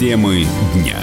Темы дня.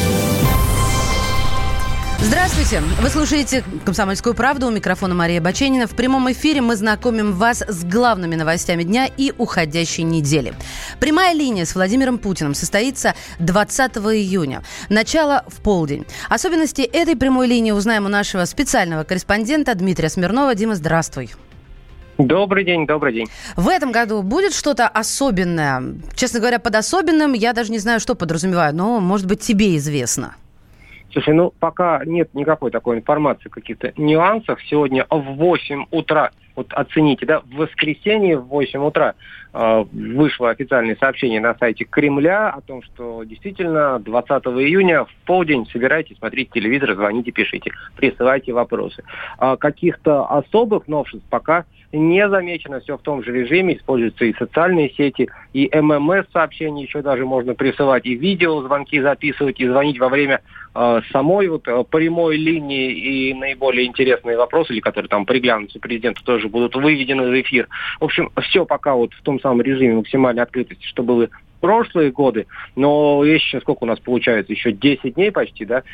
Здравствуйте! Вы слушаете «Комсомольскую правду». У микрофона Мария Баченина. В прямом эфире мы знакомим вас с главными новостями дня и уходящей недели. Прямая линия с Владимиром Путиным состоится 20 июня. Начало в полдень. Особенности этой прямой линии узнаем у нашего специального корреспондента Дмитрия Смирнова. Дима, здравствуй. Добрый день, добрый день. В этом году будет что-то особенное? Честно говоря, под особенным я даже не знаю, что подразумеваю, но, может быть, тебе известно. Слушай, пока нет никакой такой информации, каких-то нюансов. Сегодня в 8 утра, вот оцените, да, в воскресенье в 8 утра вышло официальное сообщение на сайте Кремля о том, что действительно 20 июня в полдень собирайтесь, смотрите телевизор, звоните, пишите, присылайте вопросы. Каких-то особых новшеств пока не замечено, все в том же режиме, используются и социальные сети, и ММС-сообщения еще даже можно присылать, и видеозвонки записывать, и звонить во время самой прямой линии, и наиболее интересные вопросы, или которые там приглянутся президенту, тоже будут выведены в эфир. В общем, все пока в том самом режиме максимальной открытости, что было в прошлые годы, но есть еще, сколько у нас получается, еще 10 дней почти, да?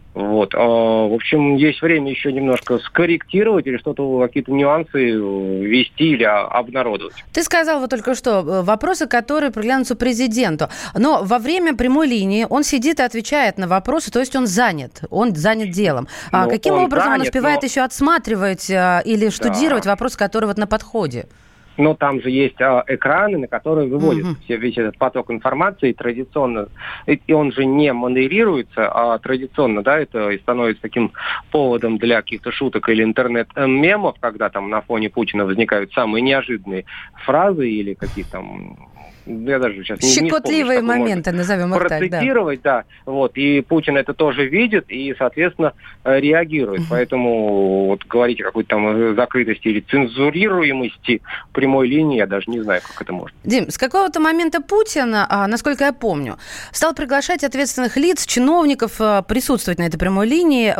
В общем, есть время еще немножко скорректировать или что-то, какие-то нюансы ввести или обнародовать. Ты сказал только что вопросы, которые приглянутся президенту. Но во время прямой линии он сидит и отвечает на вопросы, то есть он занят делом. Каким образом он успевает еще отсматривать или штудировать вопросы, которые на подходе? Но там же есть экраны, на которые выводят весь этот поток информации традиционно. И он же не модерируется, а традиционно, да, это и становится таким поводом для каких-то шуток или интернет-мемов, когда там на фоне Путина возникают самые неожиданные фразы или какие-то там... Я даже сейчас щекотливые моменты, назовем их так, процитировать, да. И Путин это тоже видит и, соответственно, реагирует. Поэтому говорить о какой-то там закрытости или цензурируемости прямой линии, я даже не знаю, как это можно. Дим, с какого-то момента Путин, насколько я помню, стал приглашать ответственных лиц, чиновников присутствовать на этой прямой линии.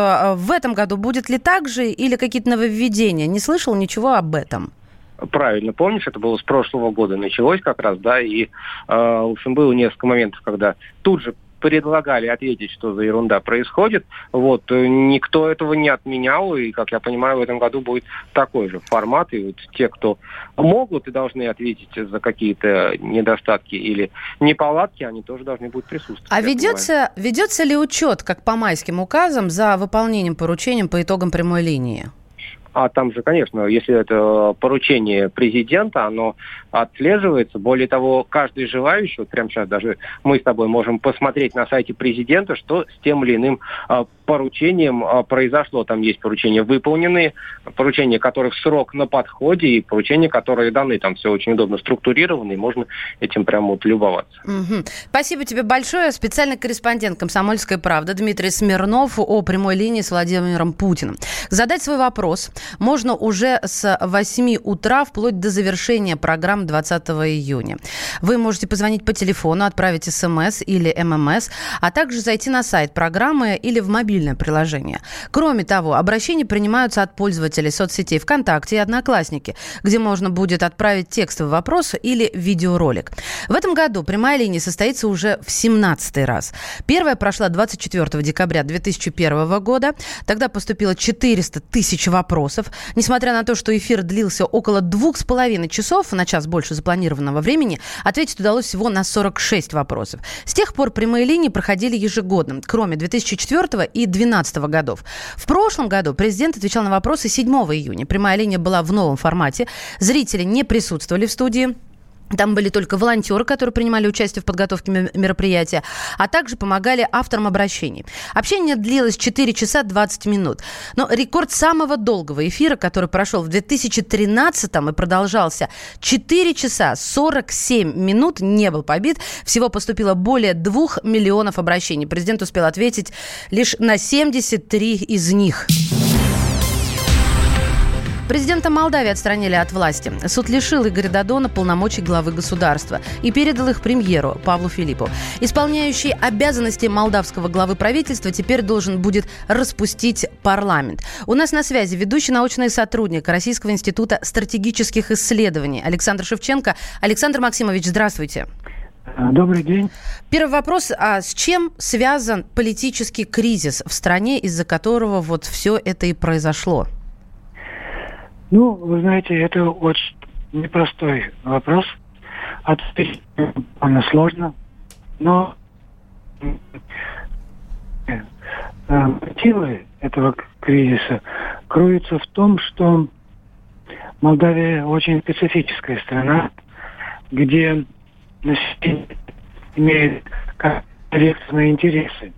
В этом году будет ли так же или какие-то нововведения? Не слышал ничего об этом? Правильно помнишь, это было с прошлого года началось как раз, да, и, в общем, было несколько моментов, когда тут же предлагали ответить, что за ерунда происходит. Никто этого не отменял, и, как я понимаю, в этом году будет такой же формат, и те, кто могут и должны ответить за какие-то недостатки или неполадки, они тоже должны будут присутствовать. А ведется ли учет, как по майским указам, за выполнением поручений по итогам прямой линии? А там же, конечно, если это поручение президента, оно отслеживается. Более того, каждый желающий, прямо сейчас даже мы с тобой можем посмотреть на сайте президента, что с тем или иным поручением произошло. Там есть поручения выполненные, поручения, которых срок на подходе, и поручения, которые даны. Там все очень удобно структурировано, и можно этим прямо любоваться. Спасибо тебе большое. Специальный корреспондент «Комсомольской правды» Дмитрий Смирнов о прямой линии с Владимиром Путиным. Задать свой вопрос можно уже с 8 утра вплоть до завершения программы 20 июня. Вы можете позвонить по телефону, отправить СМС или ММС, а также зайти на сайт программы или в мобильное приложение. Кроме того, обращения принимаются от пользователей соцсетей ВКонтакте и Одноклассники, где можно будет отправить текстовый вопрос или видеоролик. В этом году прямая линия состоится уже в 17-й раз. Первая прошла 24 декабря 2001 года. Тогда поступило 400 тысяч вопросов. Несмотря на то, что эфир длился около 2,5 часов, на час больше запланированного времени, ответить удалось всего на 46 вопросов. С тех пор прямые линии проходили ежегодно, кроме 2004 и 2012 годов. В прошлом году президент отвечал на вопросы 7 июня. Прямая линия была в новом формате. Зрители не присутствовали в студии. Там были только волонтеры, которые принимали участие в подготовке мероприятия, а также помогали авторам обращений. Общение длилось 4 часа 20 минут. Но рекорд самого долгого эфира, который прошел в 2013-м и продолжался 4 часа 47 минут, не был побит. Всего поступило более 2 миллионов обращений. Президент успел ответить лишь на 73 из них. Президента Молдавии отстранили от власти. Суд лишил Игоря Додона полномочий главы государства и передал их премьеру Павлу Филиппу. Исполняющий обязанности молдавского главы правительства теперь должен будет распустить парламент. У нас на связи ведущий научный сотрудник Российского института стратегических исследований Александр Шевченко. Александр Максимович, здравствуйте. Добрый день. Первый вопрос. А с чем связан политический кризис в стране, из-за которого вот все это и произошло? Ну, вы знаете, это очень непростой вопрос. Ответить довольно сложно. Но мотивы этого кризиса кроются в том, что Молдавия очень специфическая страна, где население имеет корректные интересы.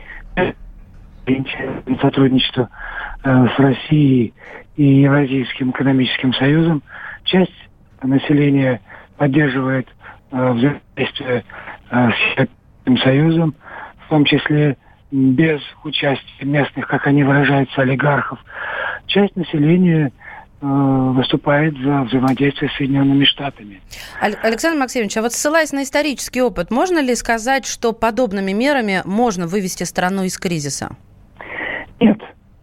Сотрудничество с Россией и Евразийским экономическим союзом. Часть населения поддерживает взаимодействие с Европейским союзом, в том числе без участия местных, как они выражаются, олигархов. Часть населения выступает за взаимодействие с Соединенными Штатами. Александр Максимович, а вот ссылаясь на исторический опыт, можно ли сказать, что подобными мерами можно вывести страну из кризиса? Нет.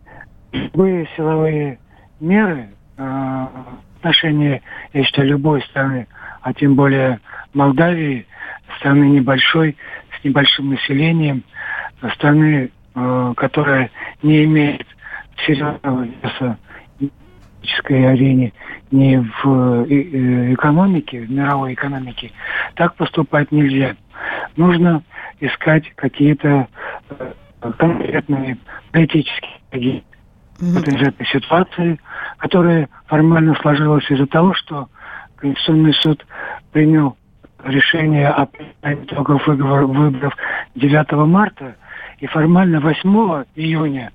Любые силовые меры в отношении, я считаю, любой страны, а тем более Молдавии, страны небольшой, с небольшим населением, страны, которая не имеет серьезного веса в политической арене, ни в экономике, в мировой экономике, так поступать нельзя. Нужно искать какие-то конкретные политические шаги из этой ситуации, которая формально сложилась из-за того, что Конституционный суд принял решение о принятии итогов выборов 9 марта, и формально 8 июня,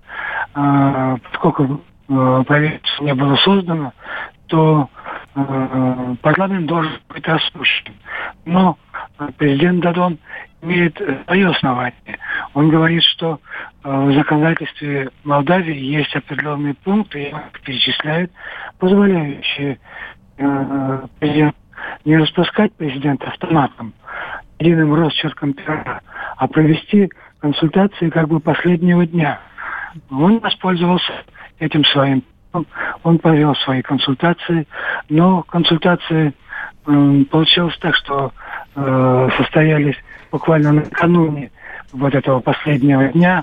поскольку правительство не было создано, то парламент должен быть распущен. Но президент Додон имеет свое основание. Он говорит, что в законодательстве Молдавии есть определенные пункты, и он их перечисляет, позволяющие президенту не распускать президента автоматом, единым росчерком пера, а провести консультации как бы последнего дня. Он воспользовался этим своим. Он провел свои консультации, но консультации получилось так, что состоялись буквально накануне вот этого последнего дня,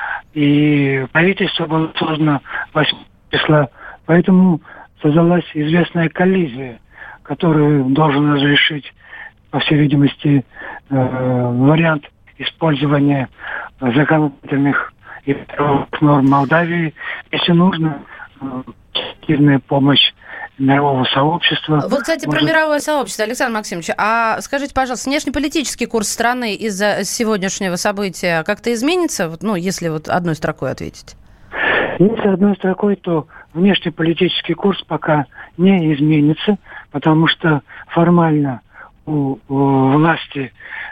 и правительство было создано 8 числа, поэтому создалась известная коллизия, которую должен разрешить, по всей видимости, вариант использования законодательных и норм Молдавии, если нужно, активная помощь мирового сообщества. Вот, кстати, про мировое сообщество, Александр Максимович, а скажите, пожалуйста, внешнеполитический курс страны из-за сегодняшнего события как-то изменится, ну, если вот одной строкой ответить? Если одной строкой, то внешнеполитический курс пока не изменится, потому что формально у власти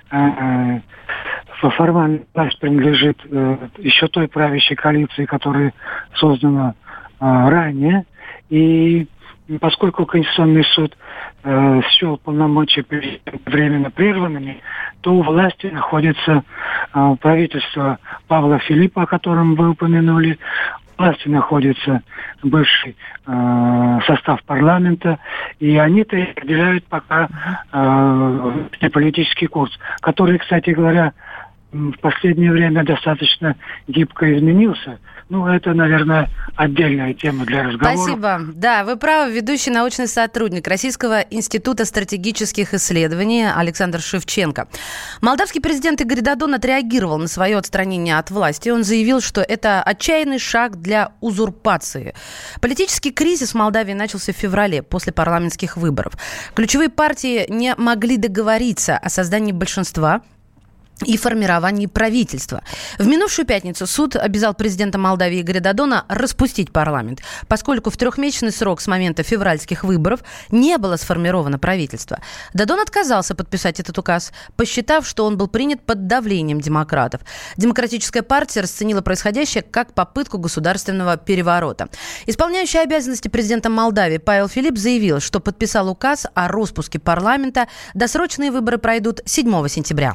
формально власть принадлежит еще той правящей коалиции, которая создана ранее. И поскольку Конституционный суд счел полномочия временно прерванными, то у власти находится правительство Павла Филиппа, о котором вы упомянули. У власти находится бывший состав парламента, и они-то и определяют пока политический курс, который, кстати говоря, в последнее время достаточно гибко изменился. Ну, это, наверное, отдельная тема для разговора. Спасибо. Да, вы правы. Ведущий научный сотрудник Российского института стратегических исследований Александр Шевченко. Молдавский президент Игорь Додон отреагировал на свое отстранение от власти. Он заявил, что это отчаянный шаг для узурпации. Политический кризис в Молдавии начался в феврале, после парламентских выборов. Ключевые партии не могли договориться о создании большинства и формировании правительства. В минувшую пятницу суд обязал президента Молдавии Игоря Додона распустить парламент, поскольку в 3-месячный срок с момента февральских выборов не было сформировано правительство. Додон отказался подписать этот указ, посчитав, что он был принят под давлением демократов. Демократическая партия расценила происходящее как попытку государственного переворота. Исполняющий обязанности президента Молдавии Павел Филипп заявил, что подписал указ о распуске парламента. Досрочные выборы пройдут 7 сентября.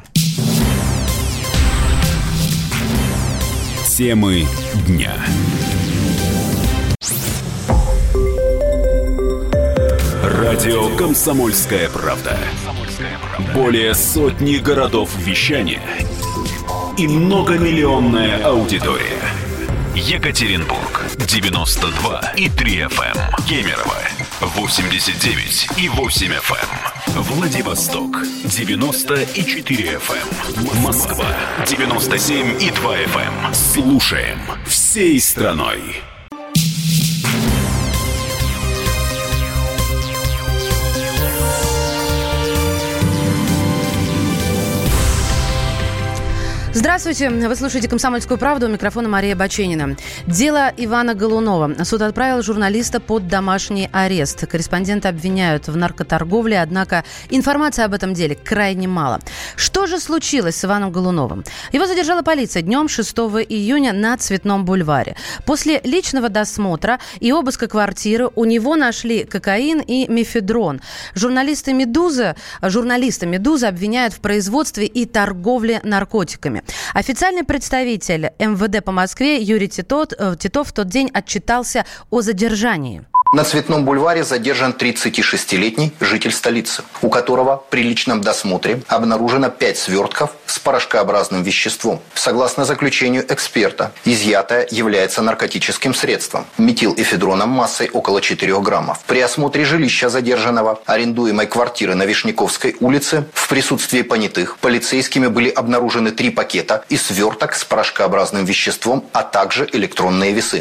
Темы дня. Радио «Комсомольская правда». Более сотни городов вещания и многомиллионная аудитория. Екатеринбург 92,3 FM, Кемерово 89,8 FM, Владивосток 90,4 FM, Москва 97,2 FM. Слушаем всей страной. Здравствуйте. Вы слушаете «Комсомольскую правду». У микрофона Мария Баченина. Дело Ивана Голунова. Суд отправил журналиста под домашний арест. Корреспондента обвиняют в наркоторговле, однако информации об этом деле крайне мало. Что же случилось с Иваном Голуновым? Его задержала полиция днем 6 июня на Цветном бульваре. После личного досмотра и обыска квартиры у него нашли кокаин и мефедрон. Журналиста «Медузы» обвиняют в производстве и торговле наркотиками. Официальный представитель МВД по Москве Юрий Титов в тот день отчитался о задержании. На Цветном бульваре задержан 36-летний житель столицы, у которого при личном досмотре обнаружено 5 свертков с порошкообразным веществом. Согласно заключению эксперта, изъятое является наркотическим средством – метилэфедроном массой около 4 граммов. При осмотре жилища задержанного, арендуемой квартиры на Вишняковской улице, в присутствии понятых полицейскими были обнаружены 3 пакета и сверток с порошкообразным веществом, а также электронные весы.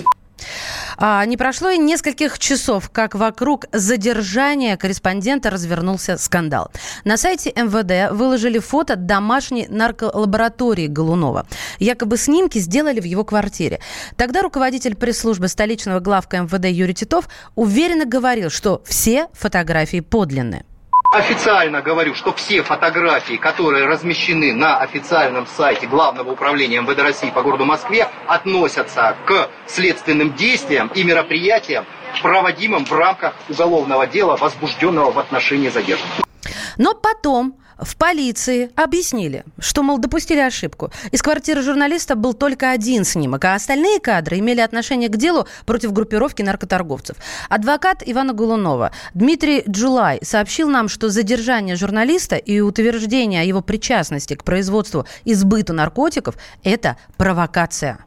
Не прошло и нескольких часов, как вокруг задержания корреспондента развернулся скандал. На сайте МВД выложили фото домашней нарколаборатории Голунова. Якобы снимки сделали в его квартире. Тогда руководитель пресс-службы столичного главка МВД Юрий Титов уверенно говорил, что все фотографии подлинные. Официально говорю, что все фотографии, которые размещены на официальном сайте Главного управления МВД России по городу Москве, относятся к следственным действиям и мероприятиям, проводимым в рамках уголовного дела, возбужденного в отношении задержанных. Но потом в полиции объяснили, что, мол, допустили ошибку. Из квартиры журналиста был только один снимок, а остальные кадры имели отношение к делу против группировки наркоторговцев. Адвокат Ивана Голунова Дмитрий Джулай сообщил нам, что задержание журналиста и утверждение о его причастности к производству и сбыту наркотиков – это провокация.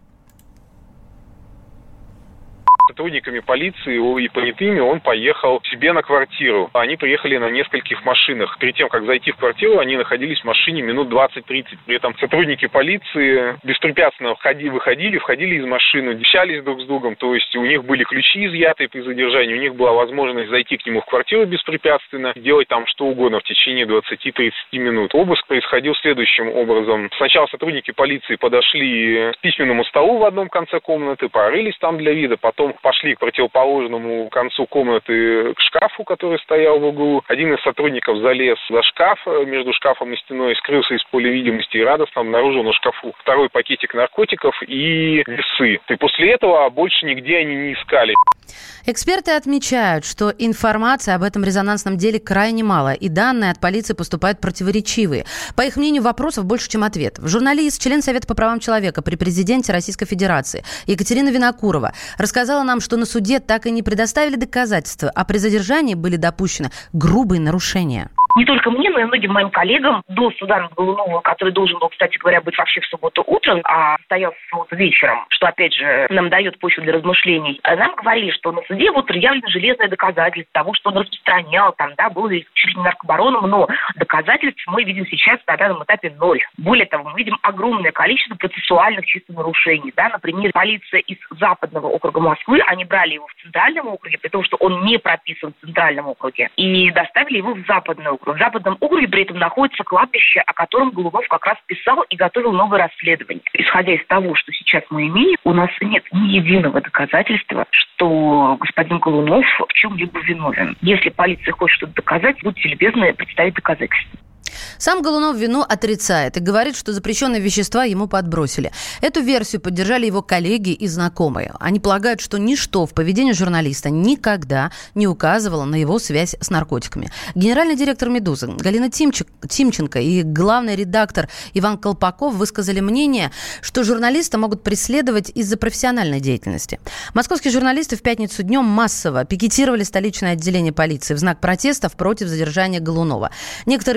Сотрудниками полиции и понятыми он поехал к себе на квартиру. Они приехали на нескольких машинах. Перед тем, как зайти в квартиру, они находились в машине минут 20-30. При этом сотрудники полиции беспрепятственно выходили из машины, общались друг с другом. То есть у них были ключи изъяты при задержании, у них была возможность зайти к нему в квартиру беспрепятственно, делать там что угодно в течение 20-30 минут. Обыск происходил следующим образом. Сначала сотрудники полиции подошли к письменному столу в одном конце комнаты, порылись там для вида, потом пошли к противоположному концу комнаты к шкафу, который стоял в углу. Один из сотрудников залез за шкаф, между шкафом и стеной, скрылся из поля видимости и радостно обнаружил на шкафу второй пакетик наркотиков и весы. И после этого больше нигде они не искали. Эксперты отмечают, что информации об этом резонансном деле крайне мало, и данные от полиции поступают противоречивые. По их мнению, вопросов больше, чем ответов. Журналист, член Совета по правам человека при президенте Российской Федерации Екатерина Винокурова рассказала нам, что на суде так и не предоставили доказательства, а при задержании были допущены грубые нарушения. Не только мне, но и многим моим коллегам до суда над Голуновым, который должен был, кстати говоря, быть вообще в субботу утром, а состоялся в субботу вечером, что, опять же, нам дает почву для размышлений. Нам говорили, что на суде вот предъявлено железное доказательство того, что он распространял, там, да, был чуть ли не наркобароном, но доказательств мы видим сейчас на данном этапе 0. Более того, мы видим огромное количество процессуальных чисто нарушений. Да? Например, полиция из Западного округа Москвы, они брали его в Центральном округе, при том, что он не прописан в Центральном округе, и доставили его в Западный округ. В Западном округе при этом находится кладбище, о котором Голунов как раз писал и готовил новое расследование. Исходя из того, что сейчас мы имеем, у нас нет ни единого доказательства, что господин Голунов в чем-либо виновен. Если полиция хочет что-то доказать, будьте любезны представить доказательства. Сам Голунов вину отрицает и говорит, что запрещенные вещества ему подбросили. Эту версию поддержали его коллеги и знакомые. Они полагают, что ничто в поведении журналиста никогда не указывало на его связь с наркотиками. Генеральный директор «Медузы» Галина Тимченко и главный редактор Иван Колпаков высказали мнение, что журналиста могут преследовать из-за профессиональной деятельности. Московские журналисты в пятницу днем массово пикетировали столичное отделение полиции в знак протестов против задержания Голунова. Некоторые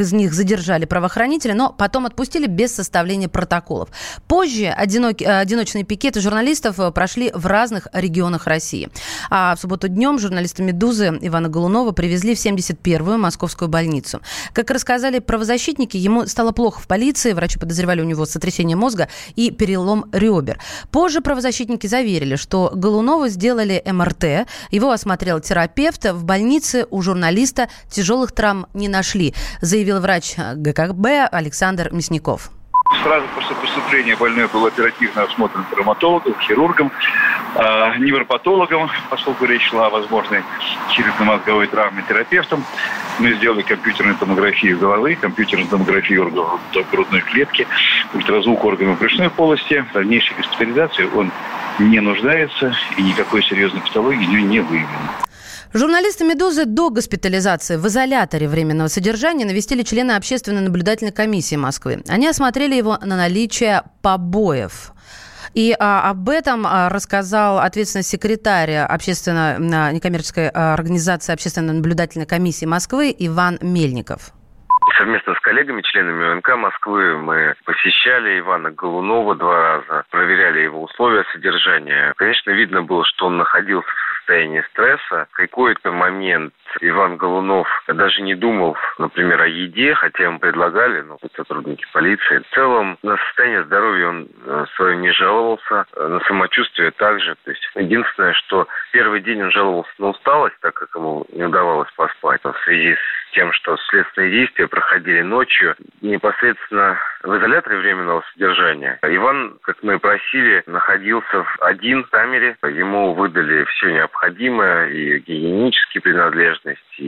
из них задержали правоохранители, но потом отпустили без составления протоколов. Позже одиночные пикеты журналистов прошли в разных регионах России. А в субботу днем журналиста «Медузы» Ивана Голунова привезли в 71-ю московскую больницу. Как рассказали правозащитники, ему стало плохо в полиции, врачи подозревали у него сотрясение мозга и перелом ребер. Позже правозащитники заверили, что Голунову сделали МРТ, его осмотрел терапевт, в больнице у журналиста тяжелых травм не нашли, заявил врач ГКБ Александр Мясников. Сразу после поступления больной был оперативно осмотрен травматологом, хирургом, невропатологом, поскольку речь шла о возможной черепно-мозговой травме, терапевтом. Мы сделали компьютерную томографию головы, компьютерную томографию органов грудной клетки, ультразвук органов брюшной полости. В дальнейшей госпитализации он не нуждается и никакой серьезной патологии у него не выявлено. Журналисты «Медузы» до госпитализации в изоляторе временного содержания навестили члена общественной наблюдательной комиссии Москвы. Они осмотрели его на наличие побоев. И об этом рассказал ответственный секретарь общественной некоммерческой организации общественной наблюдательной комиссии Москвы Иван Мельников. Совместно с коллегами, членами ОНК Москвы, мы посещали Ивана Голунова 2 раза, проверяли его условия содержания. Конечно, видно было, что он находился в состоянии стресса. В какой-то момент Иван Голунов даже не думал, например, о еде, хотя ему предлагали, сотрудники полиции. В целом, на состояние здоровья он свое не жаловался, на самочувствие также. То есть, единственное, что первый день он жаловался на усталость, так как ему не удавалось поспать в связи с тем, что следственные действия проходили ночью, непосредственно в изоляторе временного содержания. Иван, как мы и просили, находился один в камере. Ему выдали все необходимое, и гигиенические принадлежности,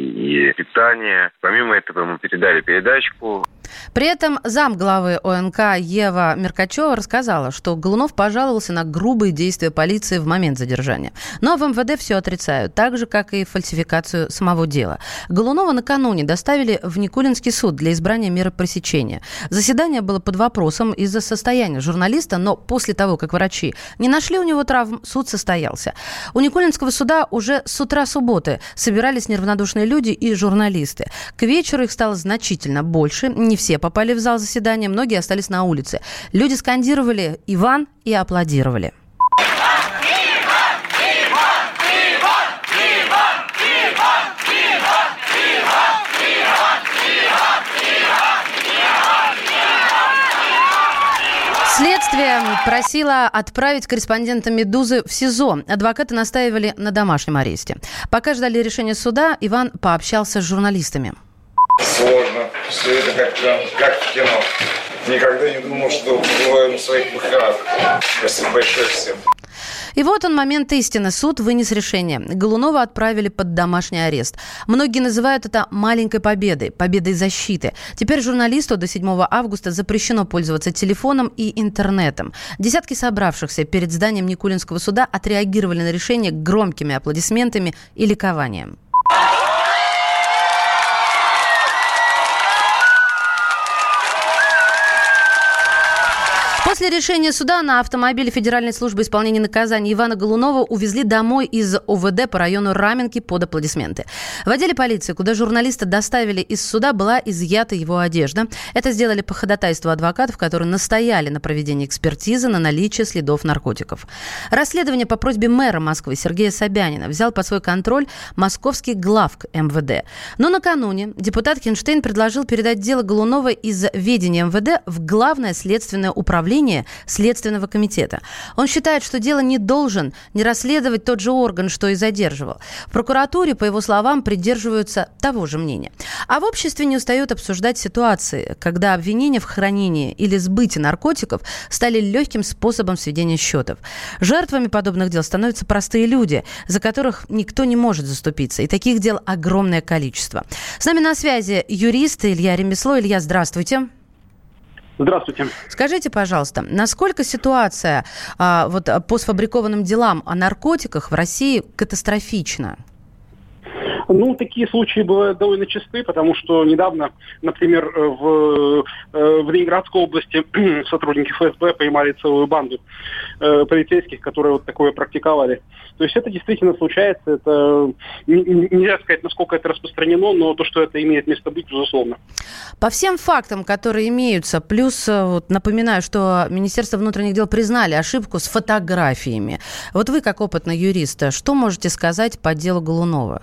и питание. Помимо этого, ему передали передачку. При этом замглавы ОНК Ева Меркачева рассказала, что Голунов пожаловался на грубые действия полиции в момент задержания. Но в МВД все отрицают, так же, как и фальсификацию самого дела. Голунова накануне доставили в Никулинский суд для избрания меры пресечения. Заседание было под вопросом из-за состояния журналиста, но после того, как врачи не нашли у него травм, суд состоялся. У Никулинского суда уже с утра субботы собирались неравнодушные люди и журналисты. К вечеру их стало значительно больше. Не все попали в зал заседания, многие остались на улице. Люди скандировали «Иван» и аплодировали. Следствие просило отправить корреспондента «Медузы» в СИЗО. Адвокаты настаивали на домашнем аресте. Пока ждали решения суда, Иван пообщался с журналистами. Сложно. Все это как в кино. Никогда не думал, что побываю на своих похоронах. Спасибо большое всем. И вот он, момент истины. Суд вынес решение. Голунова отправили под домашний арест. Многие называют это маленькой победой, победой защиты. Теперь журналисту до 7 августа запрещено пользоваться телефоном и интернетом. Десятки собравшихся перед зданием Никулинского суда отреагировали на решение громкими аплодисментами и ликованием. После решения суда на автомобиле Федеральной службы исполнения наказаний Ивана Голунова увезли домой из ОВД по району Раменки под аплодисменты. В отделе полиции, куда журналиста доставили из суда, была изъята его одежда. Это сделали по ходатайству адвокатов, которые настояли на проведении экспертизы на наличие следов наркотиков. Расследование по просьбе мэра Москвы Сергея Собянина взял под свой контроль московский главк МВД. Но накануне депутат Хинштейн предложил передать дело Голунова из ведения МВД в Главное следственное управление Следственного комитета. Он считает, что дело не должен не расследовать тот же орган, что и задерживал. В прокуратуре, по его словам, придерживаются того же мнения. А в обществе не устают обсуждать ситуации, когда обвинения в хранении или сбытии наркотиков стали легким способом сведения счетов. Жертвами подобных дел становятся простые люди, за которых никто не может заступиться. И таких дел огромное количество. С нами на связи юрист Илья Ремесло. Илья, здравствуйте. Здравствуйте. Скажите, пожалуйста, насколько ситуация по сфабрикованным делам о наркотиках в России катастрофична? Ну, такие случаи бывают довольно часты, потому что недавно, например, в Ленинградской области сотрудники ФСБ поймали целую банду полицейских, которые вот такое практиковали. То есть это действительно случается, это нельзя сказать, насколько это распространено, но то, что это имеет место быть, безусловно. По всем фактам, которые имеются, плюс вот, напоминаю, что Министерство внутренних дел признали ошибку с фотографиями. Вот вы, как опытный юрист, что можете сказать по делу Голунова?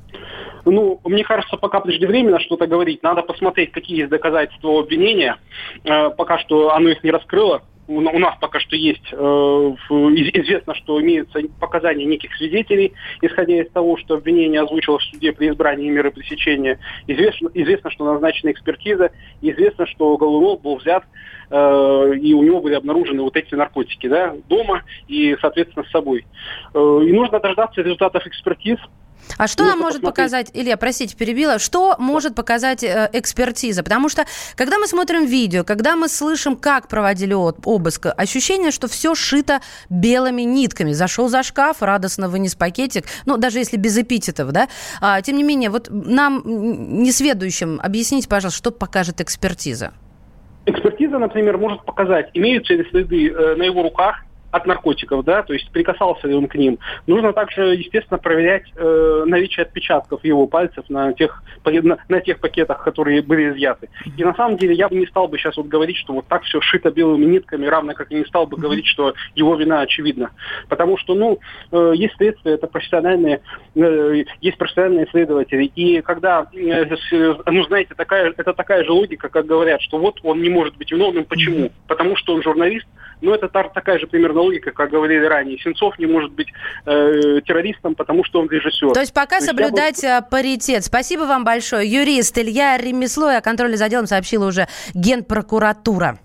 Ну, мне кажется, пока преждевременно что-то говорить. Надо посмотреть, какие есть доказательства обвинения. Пока что оно их не раскрыло. У нас пока что есть, известно, что имеются показания неких свидетелей, исходя из того, что обвинение озвучило в суде при избрании меры пресечения. Известно, что назначена экспертиза, известно, что Голунов был взят, и у него были обнаружены вот эти наркотики, да, дома и, соответственно, с собой. И нужно дождаться результатов экспертиз. А что нам может показать, Илья, простите, перебила, что может показать экспертиза? Потому что, когда мы смотрим видео, когда мы слышим, как проводили обыск, ощущение, что все шито белыми нитками. Зашел за шкаф, радостно вынес пакетик, ну, даже если без эпитетов, да? Тем не менее, вот нам, несведущим, объясните, пожалуйста, что покажет экспертиза? Экспертиза, например, может показать, имеются ли следы на его руках от наркотиков, да, то есть прикасался ли он к ним. Нужно также, естественно, проверять наличие отпечатков его пальцев на тех пакетах, которые были изъяты. И на самом деле я бы не стал бы сейчас вот говорить, что вот так все шито белыми нитками, равно как и не стал бы говорить, что его вина очевидна. Потому что, есть следствие, это профессиональные, есть профессиональные следователи. И когда, знаете, это такая же логика, как говорят, что вот он не может быть виновным. Почему? Потому что он журналист. Но это такая же примерно логика, как говорили ранее. Сенцов не может быть террористом, потому что он режиссер. То есть пока соблюдать паритет. Спасибо вам большое. Юрист Илья Ремесло, о контроле за делом сообщила уже Генпрокуратура.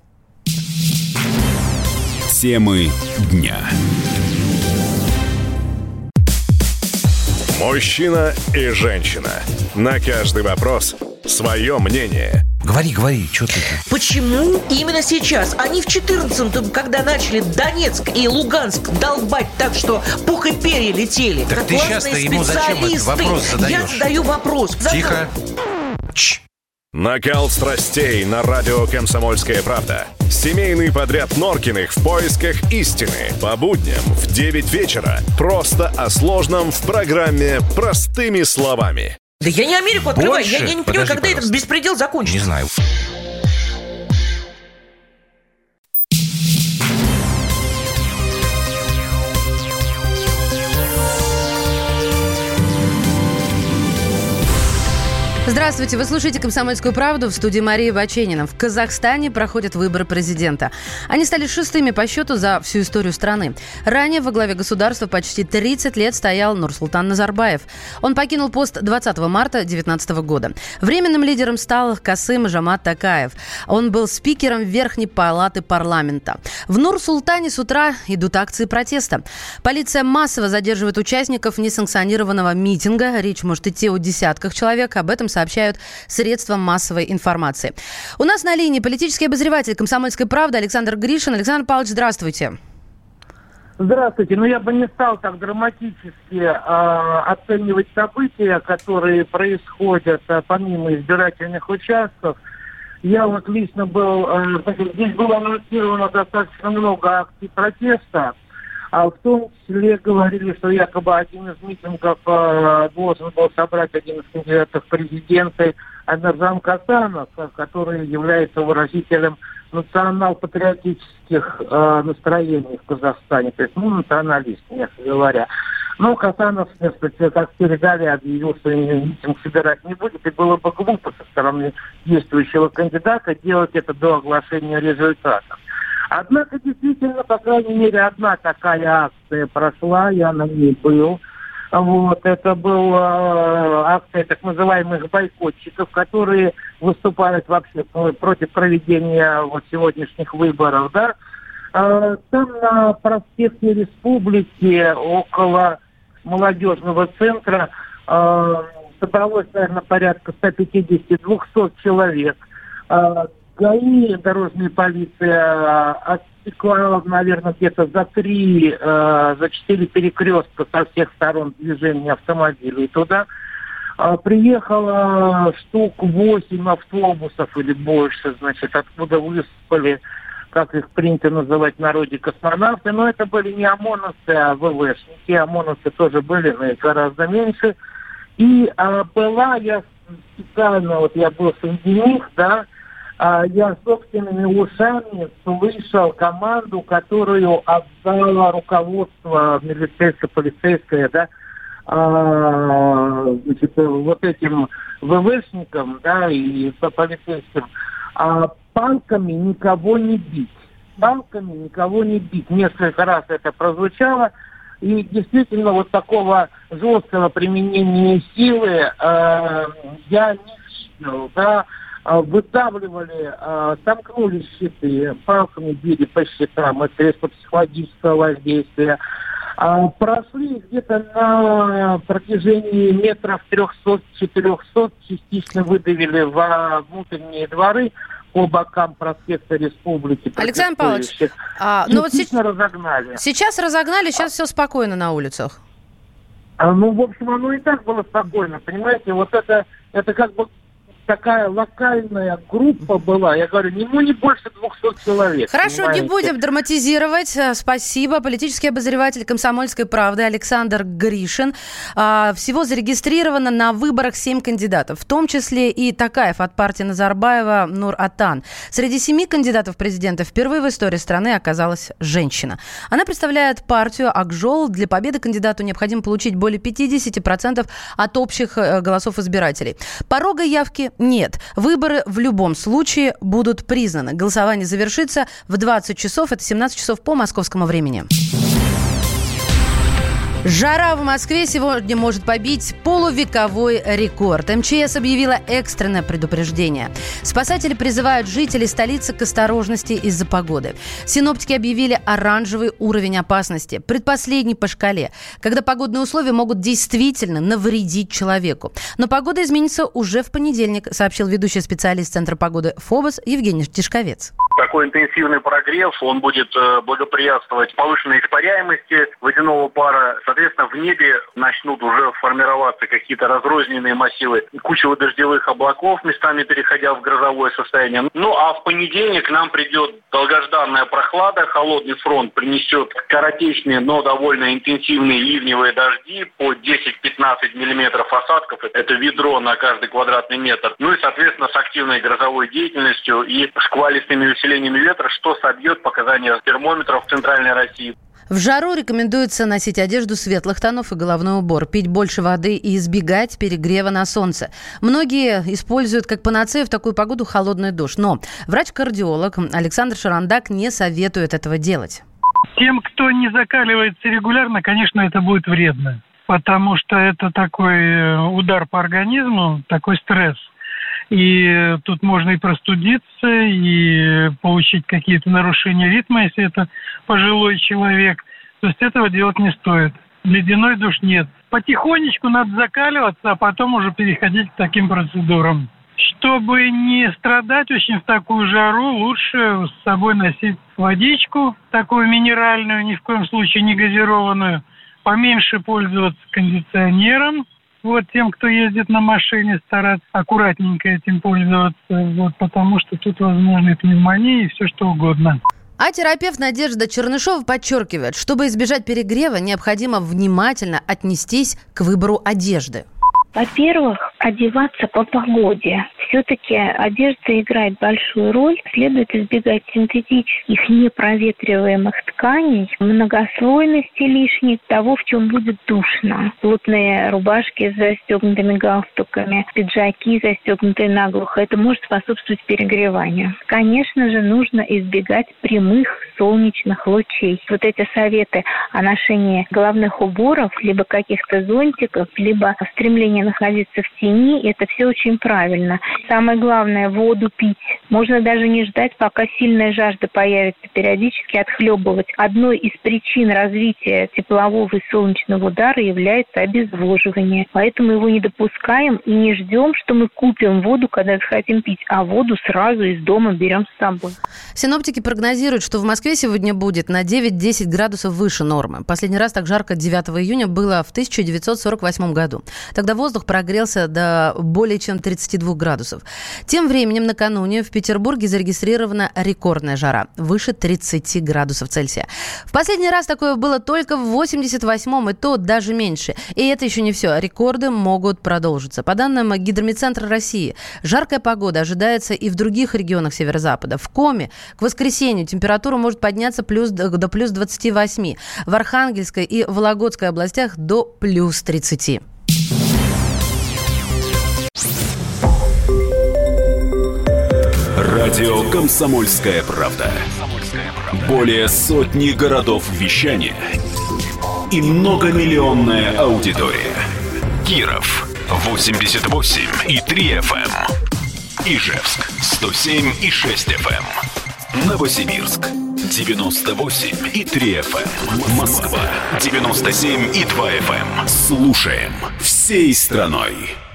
Темы дня. Мужчина и женщина. На каждый вопрос свое мнение. Говори, что ты? Почему именно сейчас? Они в 14-м, когда начали Донецк и Луганск долбать так, что пух и перья летели. Так ты сейчас-то ему зачем этот вопрос задаешь? Я задаю вопрос. Тихо. Накал страстей на радио «Комсомольская правда». Семейный подряд Норкиных в поисках истины. По будням в 9 вечера. Просто о сложном в программе «Простыми словами». Да я не Америку открываю. Больше? Я не понимаю, когда этот беспредел закончится. Не знаю. Здравствуйте, вы слушаете «Комсомольскую правду», в студии Мария Баченина. В Казахстане проходят выборы президента. Они стали 6-ми по счету за всю историю страны. Ранее во главе государства почти 30 лет стоял Нурсултан Назарбаев. Он покинул пост 20 марта 2019 года. Временным лидером стал Касым-Жомарт Токаев. Он был спикером Верхней палаты парламента. В Нур-Султане с утра идут акции протеста. Полиция массово задерживает участников несанкционированного митинга. Речь может идти о десятках человек. Об этом сообщают средства массовой информации. У нас на линии политический обозреватель «Комсомольской правды» Александр Гришин. Александр Павлович, здравствуйте. Здравствуйте. Я бы не стал так драматически оценивать события, которые происходят помимо избирательных участков. Я вот лично был... здесь было анонсировано достаточно много акций протеста. А в том числе говорили, что якобы один из митингов должен был собрать один из кандидатов в президенты Амиржан Касанов, который является выразителем национал-патриотических настроений в Казахстане. То есть, националист, мягко говоря. Но Касанов, как передали, объявил, что митинг собирать не будет. И было бы глупо со стороны действующего кандидата делать это до оглашения результатов. Однако, действительно, по крайней мере, одна такая акция прошла, я на ней был. Вот, это была акция так называемых бойкотчиков, которые выступают вообще против проведения сегодняшних выборов, да. Там на проспекте Республики около молодежного центра собралось, наверное, порядка 150-200 человек. ГАИ, дорожная полиция отсекла, наверное, где-то за 4 перекрестка со всех сторон движения автомобилей туда. Приехало штук 8 автобусов или больше, значит, откуда высыпали, как их принято называть в народе, космонавты. Но это были не ОМОНовцы, а ВВшники. ОМОНовцы тоже были, но их гораздо меньше. И была я специально, вот я был среди них, да, я собственными ушами слышал команду, которую отдало руководство милицейско-полицейское, да, значит, вот этим ВВшникам, да, и полицейским, палками никого не бить. Палками никого не бить. Несколько раз это прозвучало. И действительно вот такого жесткого применения силы я не видел, да. Выдавливали, сомкнули щиты, палками били по щитам, это средство психологического воздействия. Прошли где-то на протяжении метров 300-400, частично выдавили во внутренние дворы по бокам проспекта Республики. Александр Павлович, ну вот разогнали. Сейчас разогнали, сейчас все спокойно на улицах. Ну, в общем, оно и так было спокойно, понимаете, вот это как бы такая локальная группа была, я говорю, не больше 200 человек. Хорошо, понимаете? Не будем драматизировать. Спасибо. Политический обозреватель «Комсомольской правды» Александр Гришин. Всего зарегистрировано на выборах 7 кандидатов, в том числе и Токаев от партии Назарбаева Нур-Атан. Среди 7 кандидатов в президенты впервые в истории страны оказалась женщина. Она представляет партию «Акжол». Для победы кандидату необходимо получить более 50% от общих голосов избирателей. Порога явки нет. Выборы в любом случае будут признаны. Голосование завершится в 20 часов. Это 17 часов по московскому времени. Жара в Москве сегодня может побить полувековой рекорд. МЧС объявила экстренное предупреждение. Спасатели призывают жителей столицы к осторожности из-за погоды. Синоптики объявили оранжевый уровень опасности, предпоследний по шкале, когда погодные условия могут действительно навредить человеку. Но погода изменится уже в понедельник, сообщил ведущий специалист Центра погоды ФОБОС Евгений Тишковец. Такой интенсивный прогрев, он будет благоприятствовать повышенной испаряемости водяного пара. Соответственно, в небе начнут уже формироваться какие-то разрозненные массивы кучевых дождевых облаков, местами переходя в грозовое состояние. Ну, а в понедельник к нам придет долгожданная прохлада. Холодный фронт принесет коротечные, но довольно интенсивные ливневые дожди по 10-15 миллиметров осадков. Это ведро на каждый квадратный метр. Ну и, соответственно, с активной грозовой деятельностью и шквалистыми усилениями ветра, что собьет показания термометров в Центральной России. В жару рекомендуется носить одежду светлых тонов и головной убор, пить больше воды и избегать перегрева на солнце. Многие используют как панацею в такую погоду холодный душ. Но врач-кардиолог Александр Шарандак не советует этого делать. Тем, кто не закаливается регулярно, конечно, это будет вредно. Потому что это такой удар по организму, такой стресс. И тут можно и простудиться, и получить какие-то нарушения ритма, если это пожилой человек. То есть этого делать не стоит. Ледяной душ нет. Потихонечку надо закаливаться, а потом уже переходить к таким процедурам. Чтобы не страдать очень в такую жару, лучше с собой носить водичку, такую минеральную, ни в коем случае не газированную. Поменьше пользоваться кондиционером. Вот тем, кто ездит на машине, стараться аккуратненько этим пользоваться, вот, потому что тут возможны пневмонии и все что угодно. А терапевт Надежда Чернышова подчеркивает, чтобы избежать перегрева, необходимо внимательно отнестись к выбору одежды. Во-первых, одеваться по погоде. Все-таки одежда играет большую роль. Следует избегать синтетических непроветриваемых тканей, многослойности лишней, того, в чем будет душно. Плотные рубашки с застегнутыми галстуками, пиджаки, застегнутые наглухо. Это может способствовать перегреванию. Конечно же, нужно избегать прямых солнечных лучей. Вот эти советы о ношении головных уборов, либо каких-то зонтиков, либо стремление находиться в тени, это все очень правильно. Самое главное – воду пить. Можно даже не ждать, пока сильная жажда появится, периодически отхлебывать. Одной из причин развития теплового и солнечного удара является обезвоживание. Поэтому его не допускаем и не ждем, что мы купим воду, когда захотим пить, а воду сразу из дома берем с собой. Синоптики прогнозируют, что в Москве сегодня будет на 9-10 градусов выше нормы. Последний раз так жарко 9 июня было в 1948 году. Тогда воздух прогрелся до более чем 32 градусов. Тем временем накануне в Петербурге зарегистрирована рекордная жара – выше 30 градусов Цельсия. В последний раз такое было только в 88-м, и то даже меньше. И это еще не все. Рекорды могут продолжиться. По данным Гидромедцентра России, жаркая погода ожидается и в других регионах северо-запада. В Коми к воскресенью температура может подняться до плюс 28. В Архангельской и Вологодской областях до плюс 30. Радио «Комсомольская правда». Более сотни городов вещания и многомиллионная аудитория. Киров 88,3 FM. Ижевск 107,6 FM. Новосибирск 98,3 FM. Москва 97,2 FM. Слушаем всей страной.